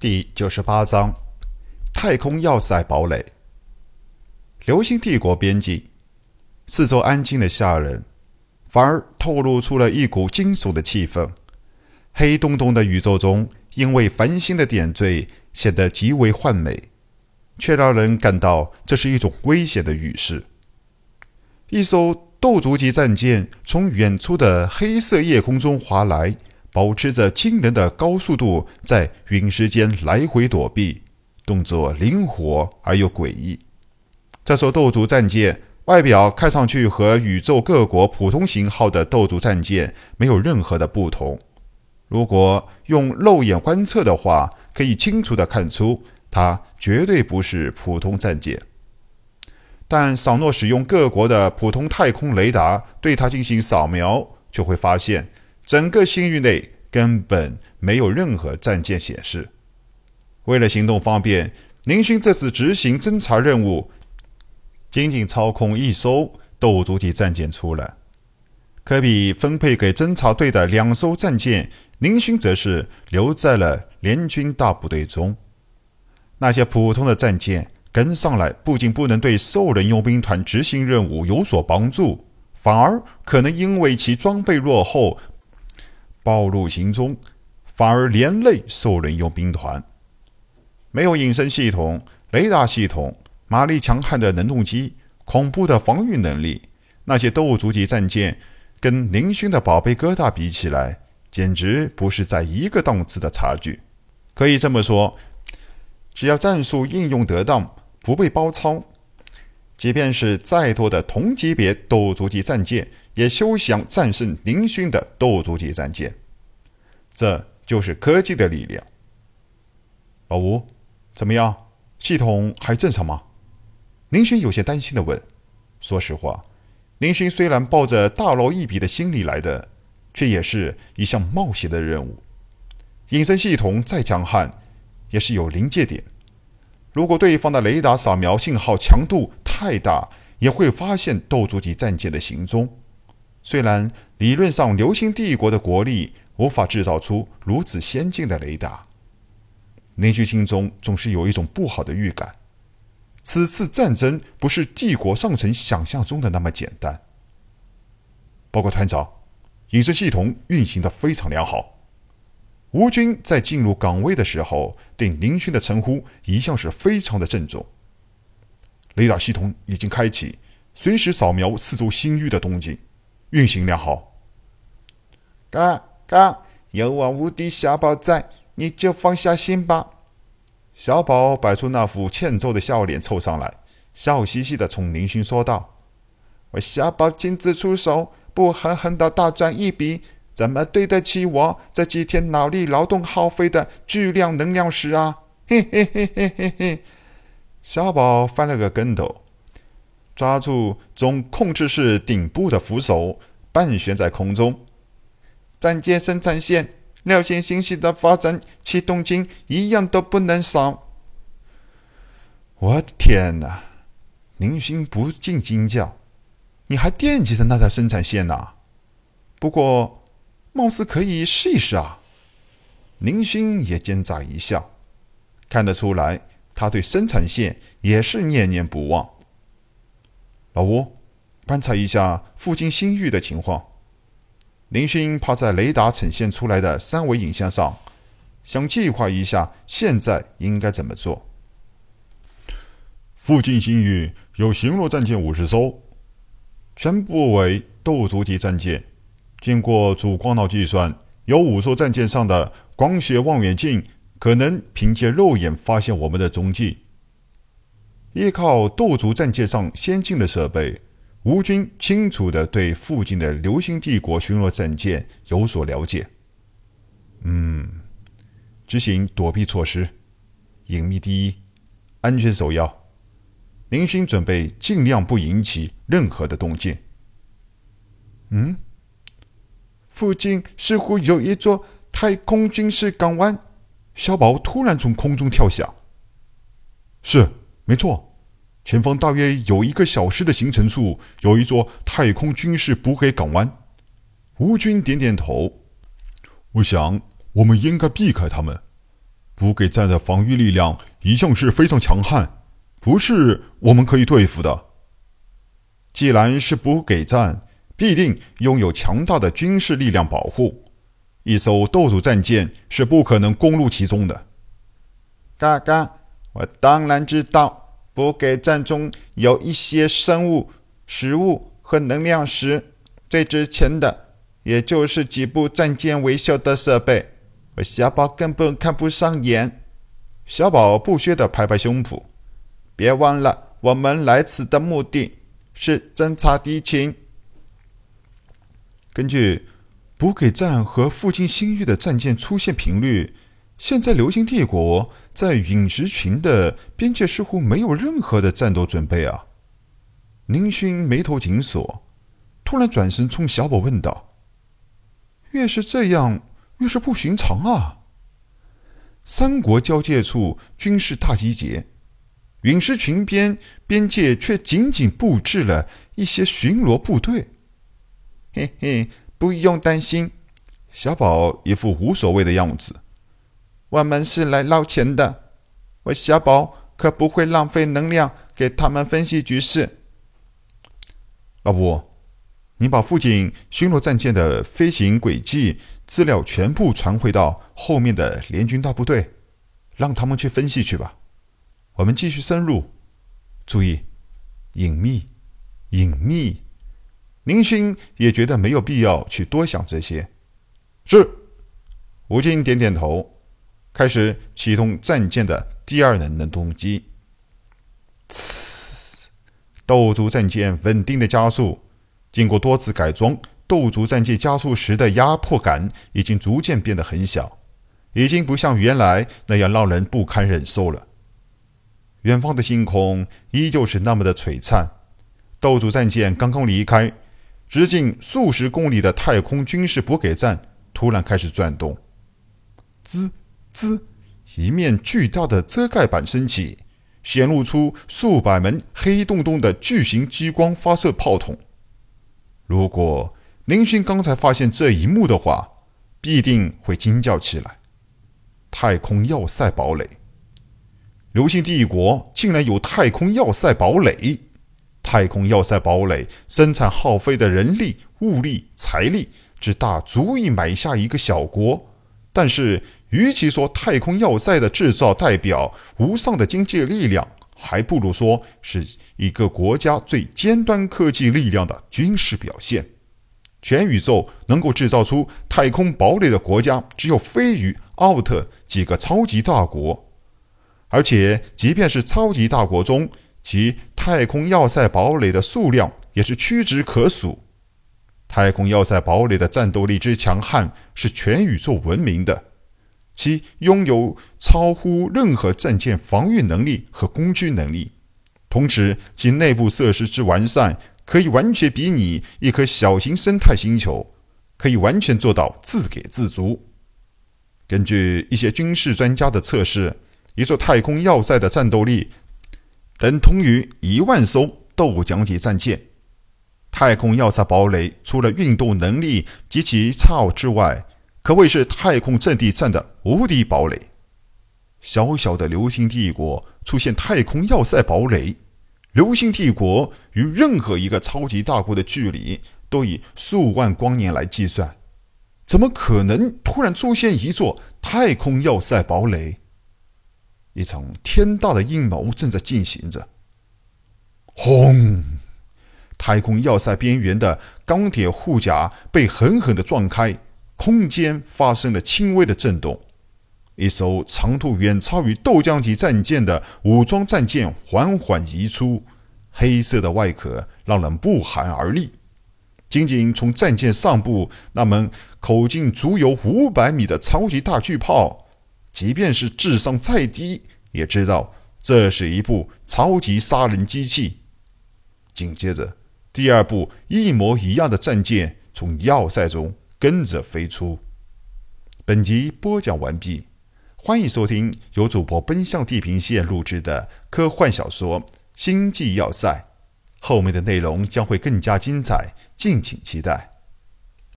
第98章太空要塞堡垒。流星帝国边境，四周安静的吓人，反而透露出了一股惊悚的气氛。黑洞洞的宇宙中，因为繁星的点缀，显得极为幻美，却让人感到这是一种危险的预示。一艘斗族级战舰从远处的黑色夜空中划来，保持着惊人的高速度，在陨石间来回躲避，动作灵活而又诡异。这艘斗族战舰外表看上去和宇宙各国普通型号的斗族战舰没有任何的不同。如果用肉眼观测的话，可以清楚地看出它绝对不是普通战舰。但倘若使用各国的普通太空雷达对它进行扫描，就会发现整个星域内根本没有任何战舰显示。为了行动方便，宁勋这次执行侦察任务，仅仅操控一艘斗族级战舰出来。可比分配给侦察队的2艘战舰，宁勋则是留在了联军大部队中。那些普通的战舰跟上来，不仅不能对兽人佣兵团执行任务有所帮助，反而可能因为其装备落后，暴露行踪，反而连累兽人佣兵团。没有隐身系统、雷达系统、马力强悍的能动机、恐怖的防御能力，那些斗族级战舰跟宁勋的宝贝疙瘩比起来，简直不是在一个档次的差距。可以这么说，只要战术应用得当，不被包抄，即便是再多的同级别斗族级战舰，也休想战胜宁勋的斗族级战舰。这就是科技的力量。老吴，怎么样？系统还正常吗？宁勋有些担心地问。说实话，宁勋虽然抱着大捞一笔的心理来的，却也是一项冒险的任务。隐身系统再强悍，也是有临界点。如果对方的雷达扫描信号强度太大，也会发现斗族级战舰的行踪。虽然理论上流星帝国的国力无法制造出如此先进的雷达，宁勋心中总是有一种不好的预感。此次战争不是帝国上层想象中的那么简单。报告团长，隐身系统运行得非常良好。吴军在进入岗位的时候，对宁勋的称呼一向是非常的郑重。雷达系统已经开启，随时扫描四周星域的动静，运行良好。 嘎，有我无敌小宝在，你就放下心吧。 小宝摆出那副欠揍的笑脸凑上来，笑嘻嘻地冲宁勋说道： 我小宝亲自出手，不狠狠地大赚一笔，怎么对得起我这几天脑力劳动耗费的巨量能量石啊？嘿嘿嘿嘿嘿嘿！ 小宝翻了个跟斗，抓住总控制室顶部的扶手，半悬在空中。 战舰生产线，6线星系的发展启动金一样都不能少。 我的天哪！宁勋不禁惊叫：你还惦记着那条生产线呢？不过貌似可以试一试啊。宁勋也奸诈一笑，看得出来他对生产线也是念念不忘。老吴，观察一下附近星域的情况。宁勋趴在雷达呈现出来的3维影像上，想计划一下现在应该怎么做。附近星域有巡逻战舰50艘，全部为斗族级战舰。经过主光脑计算，有5艘战舰上的光学望远镜可能凭借肉眼发现我们的踪迹。依靠斗族战舰上先进的设备，吴军清楚地对附近的流星帝国巡逻战舰有所了解。执行躲避措施，隐秘第一，安全首要。宁勋准备尽量不引起任何的动静。 附近似乎有一座太空军事港湾。 小宝突然从空中跳下。是，没错，前方大约有1个小时的行程处，有一座太空军事补给港湾。吴军点点头。我想我们应该避开他们。 补给站的防御力量一向是非常强悍，不是我们可以对付的。既然是补给站，必定拥有强大的军事力量保护，一艘斗主战舰是不可能攻入其中的。 嘎嘎，我当然知道，补给站中有一些生物、食物和能量石，最值钱的也就是几部战舰维修的设备，我小宝根本看不上眼。 小宝不屑地拍拍胸脯， 别忘了，我们来此的目的是侦察敌情。 根据补给站和附近星域的战舰出现频率，现在流星帝国在陨石群的边界似乎没有任何的战斗准备啊。宁勋眉头紧锁，突然转身冲小宝问道：越是这样，越是不寻常啊。三国交界处军事大集结，陨石群边界却仅仅布置了一些巡逻部队。 嘿嘿，不用担心， 小宝一副无所谓的样子。 我们是来捞钱的，我小宝可不会浪费能量给他们分析局势。 老伯，你把附近巡逻战舰的飞行轨迹资料全部传回到后面的联军大部队，让他们去分析去吧。我们继续深入，注意隐秘，隐秘。宁勋也觉得没有必要去多想这些。是。吴京点点头，开始启动战舰的第二轮能动机。斗族战舰稳定的加速，经过多次改装，斗族战舰加速时的压迫感已经逐渐变得很小，已经不像原来那样让人不堪忍受了。远方的星空依旧是那么的璀璨，斗族战舰刚刚离开，直径数十公里的太空军事补给站突然开始转动，滋滋，一面巨大的遮盖板升起，显露出数百门黑洞洞的巨型激光发射炮筒。如果宁勋刚才发现这一幕的话，必定会惊叫起来。太空要塞堡垒，流星帝国竟然有太空要塞堡垒！太空要塞堡垒生产耗费的人力、物力、财力只大足以买下一个小国，但是与其说太空要塞的制造代表无上的经济力量，还不如说是一个国家最尖端科技力量的军事表现。全宇宙能够制造出太空堡垒的国家只有飞鱼、奥特几个超级大国，而且即便是超级大国中，其太空要塞堡垒的数量也是屈指可数。太空要塞堡垒的战斗力之强悍是全宇宙闻名的，其拥有超乎任何战舰防御能力和攻击能力，同时其内部设施之完善可以完全比拟一颗小型生态星球，可以完全做到自给自足。根据一些军事专家的测试，一座太空要塞的战斗力等同于10000艘斗奖级战舰。太空要塞堡垒除了运动能力及其差之外，可谓是太空阵地战的无敌堡垒。小小的流星帝国出现太空要塞堡垒，流星帝国与任何一个超级大国的距离都以数万光年来计算，怎么可能突然出现一座太空要塞堡垒？一场天大的阴谋正在进行着。轰！太空要塞边缘的钢铁护甲被狠狠地撞开，空间发生了轻微的震动。一艘长度远超于斗将级战舰的武装战舰缓缓移出，黑色的外壳让人不寒而栗。仅仅从战舰上部那门口径足有500米的超级大巨炮，即便是智商再低，也知道这是一部超级杀人机器。紧接着，第二部一模一样的战舰从要塞中跟着飞出。本集播讲完毕，欢迎收听由主播奔向地平线录制的科幻小说《星际要塞》，后面的内容将会更加精彩，敬请期待。